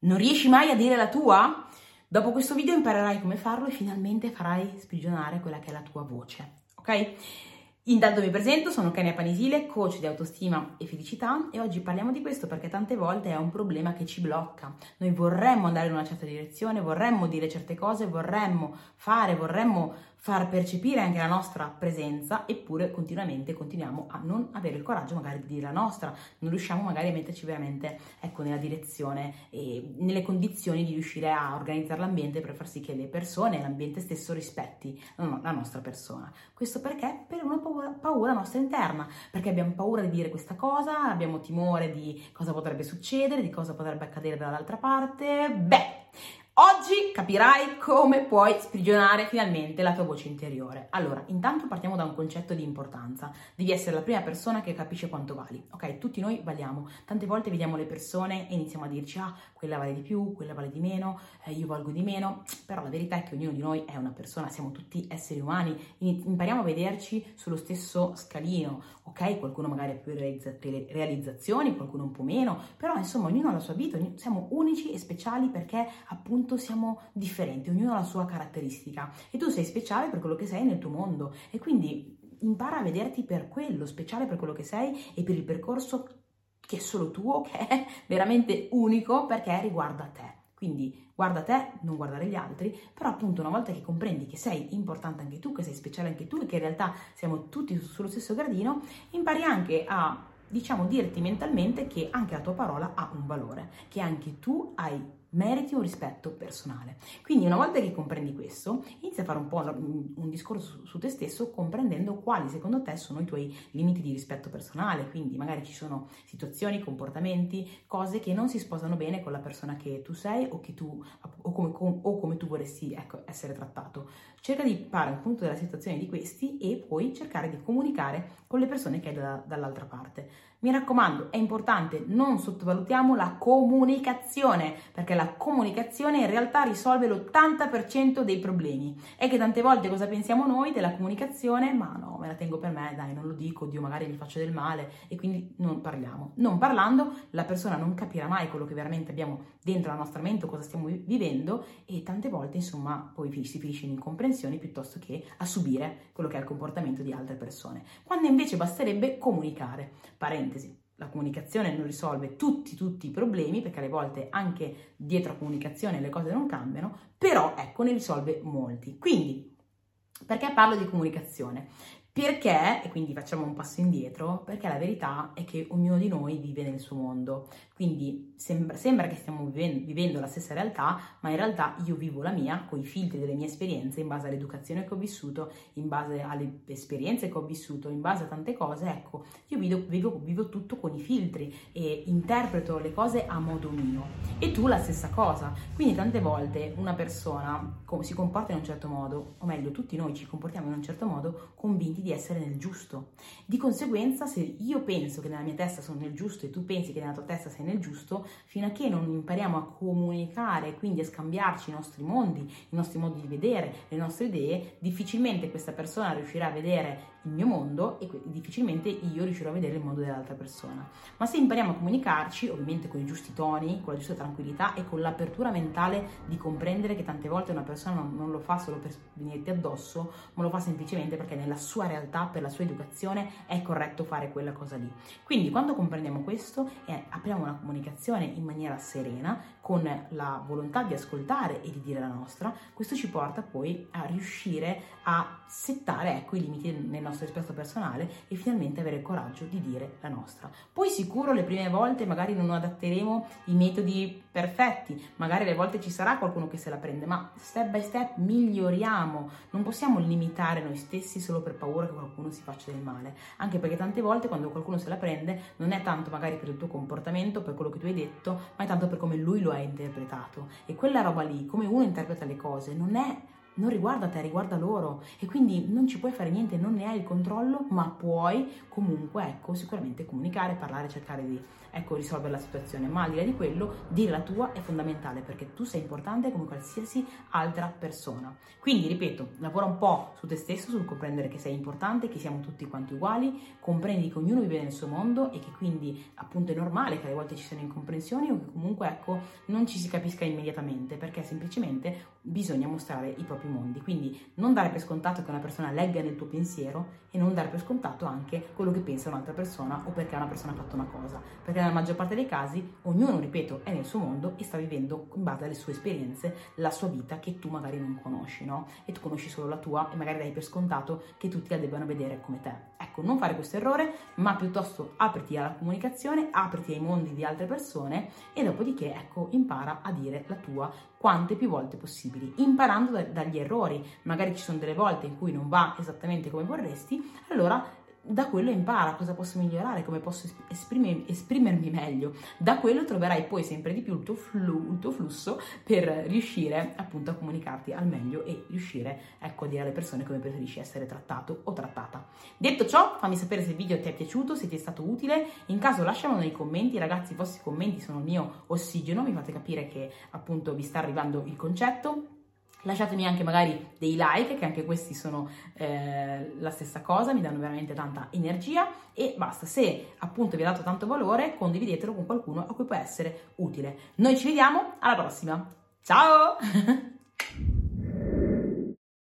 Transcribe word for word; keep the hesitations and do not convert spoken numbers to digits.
Non riesci mai a dire la tua? Dopo questo video imparerai come farlo e finalmente farai sprigionare quella che è la tua voce, ok? Intanto mi presento, sono Kenia Panisile, coach di autostima e felicità, e oggi parliamo di questo perché tante volte è un problema che ci blocca. Noi vorremmo andare in una certa direzione, vorremmo dire certe cose, vorremmo fare, vorremmo far percepire anche la nostra presenza, eppure continuamente continuiamo a non avere il coraggio magari di dire la nostra, non riusciamo magari a metterci veramente, ecco, nella direzione e nelle condizioni di riuscire a organizzare l'ambiente per far sì che le persone e l'ambiente stesso rispetti la nostra persona. Questo perché? Per una paura, paura nostra interna, perché abbiamo paura di dire questa cosa, abbiamo timore di cosa potrebbe succedere, di cosa potrebbe accadere dall'altra parte. Beh, oggi capirai come puoi sprigionare finalmente la tua voce interiore. Allora, intanto partiamo da un concetto di importanza. Devi essere la prima persona che capisce quanto vali, ok? Tutti noi valiamo. Tante volte vediamo le persone e iniziamo a dirci, ah, quella vale di più, quella vale di meno, eh, io valgo di meno. Però la verità è che ognuno di noi è una persona, siamo tutti esseri umani, impariamo a vederci sullo stesso scalino, ok? Qualcuno magari ha più realizza- realizzazioni, qualcuno un po' meno, però insomma ognuno ha la sua vita, siamo unici e speciali perché appunto siamo differenti, ognuno ha la sua caratteristica e tu sei speciale per quello che sei nel tuo mondo e quindi impara a vederti per quello, speciale per quello che sei e per il percorso che è solo tuo, che è veramente unico perché riguarda te. Quindi guarda te, non guardare gli altri, però appunto una volta che comprendi che sei importante anche tu, che sei speciale anche tu e che in realtà siamo tutti sullo stesso gradino, impari anche a, diciamo, dirti mentalmente che anche la tua parola ha un valore, che anche tu hai meriti un rispetto personale. Quindi una volta che comprendi questo, inizia a fare un po' un discorso su te stesso comprendendo quali secondo te sono i tuoi limiti di rispetto personale, quindi magari ci sono situazioni, comportamenti, cose che non si sposano bene con la persona che tu sei o, che tu, o, come, o come tu vorresti, ecco, essere trattato. Cerca di fare un punto della situazione di questi e poi cercare di comunicare con le persone che hai da, dall'altra parte. Mi raccomando, è importante, non sottovalutiamo la comunicazione, perché la comunicazione in realtà risolve l'ottanta per cento dei problemi. È che tante volte cosa pensiamo noi della comunicazione? Ma no, me la tengo per me, dai, non lo dico, Dio, magari gli faccio del male e quindi non parliamo. Non parlando, la persona non capirà mai quello che veramente abbiamo dentro la nostra mente, cosa stiamo vivendo e tante volte, insomma, poi si finisce in incomprensioni piuttosto che a subire quello che è il comportamento di altre persone. Quando invece basterebbe comunicare. Parentesi. La comunicazione non risolve tutti, tutti i problemi, perché alle volte anche dietro la comunicazione le cose non cambiano, però ecco, ne risolve molti. Quindi, perché parlo di comunicazione? Perché, e quindi facciamo un passo indietro, perché la verità è che ognuno di noi vive nel suo mondo, quindi sembra, sembra che stiamo vivendo, vivendo la stessa realtà, ma in realtà io vivo la mia con i filtri delle mie esperienze, in base all'educazione che ho vissuto, in base alle esperienze che ho vissuto, in base a tante cose, ecco, io vivo, vivo, vivo tutto con i filtri e interpreto le cose a modo mio. E tu la stessa cosa, quindi tante volte una persona si comporta in un certo modo, o meglio tutti noi ci comportiamo in un certo modo convinti di essere nel giusto. Di conseguenza, se io penso che nella mia testa sono nel giusto e tu pensi che nella tua testa sei nel giusto, fino a che non impariamo a comunicare, quindi a scambiarci i nostri mondi, i nostri modi di vedere, le nostre idee, difficilmente questa persona riuscirà a vedere il mio mondo e difficilmente io riuscirò a vedere il mondo dell'altra persona. Ma se impariamo a comunicarci, ovviamente con i giusti toni, con la giusta tranquillità e con l'apertura mentale di comprendere che tante volte una persona non, non lo fa solo per venirti addosso, ma lo fa semplicemente perché nella sua realtà, per la sua educazione, è corretto fare quella cosa lì. Quindi quando comprendiamo questo e apriamo una comunicazione in maniera serena, con la volontà di ascoltare e di dire la nostra, questo ci porta poi a riuscire a settare, ecco, i limiti nel nostro rispetto personale e finalmente avere il coraggio di dire la nostra. Poi sicuro le prime volte magari non adatteremo i metodi perfetti, magari alle volte ci sarà qualcuno che se la prende, ma step by step miglioriamo, non possiamo limitare noi stessi solo per paura che qualcuno si faccia del male, anche perché tante volte quando qualcuno se la prende non è tanto magari per il tuo comportamento, per quello che tu hai detto, ma è tanto per come lui lo ha interpretato e quella roba lì, come uno interpreta le cose, non è non riguarda te, riguarda loro, e quindi non ci puoi fare niente, non ne hai il controllo, ma puoi comunque, ecco, sicuramente comunicare, parlare, cercare di, ecco, risolvere la situazione. Ma al di là di quello, dire la tua è fondamentale, perché tu sei importante come qualsiasi altra persona. Quindi, ripeto, lavora un po' su te stesso, sul comprendere che sei importante, che siamo tutti quanti uguali, comprendi che ognuno vive nel suo mondo e che quindi appunto è normale che alle volte ci siano incomprensioni o che comunque, ecco, non ci si capisca immediatamente, perché semplicemente bisogna mostrare i propri mondi. Quindi non dare per scontato che una persona legga nel tuo pensiero e non dare per scontato anche quello che pensa un'altra persona o perché una persona ha fatto una cosa, perché nella maggior parte dei casi ognuno, ripeto, è nel suo mondo e sta vivendo in base alle sue esperienze la sua vita che tu magari non conosci, no? E tu conosci solo la tua e magari dai per scontato che tutti la debbano vedere come te. Ecco, non fare questo errore, ma piuttosto apriti alla comunicazione, apriti ai mondi di altre persone e dopodiché, ecco, impara a dire la tua quante più volte possibili, imparando da, dagli errori. Magari ci sono delle volte in cui non va esattamente come vorresti, allora da quello impara cosa posso migliorare, come posso esprimermi, esprimermi meglio. Da quello troverai poi sempre di più il tuo, flu, il tuo flusso per riuscire appunto a comunicarti al meglio e riuscire, ecco, a dire alle persone come preferisci essere trattato o trattata. Detto ciò, fammi sapere se il video ti è piaciuto, se ti è stato utile. In caso lasciamelo nei commenti, ragazzi, i vostri commenti sono il mio ossigeno, mi fate capire che appunto vi sta arrivando il concetto. Lasciatemi anche magari dei like, che anche questi sono eh, la stessa cosa, mi danno veramente tanta energia, e basta. Se appunto vi ha dato tanto valore, condividetelo con qualcuno a cui può essere utile. Noi ci vediamo alla prossima, ciao!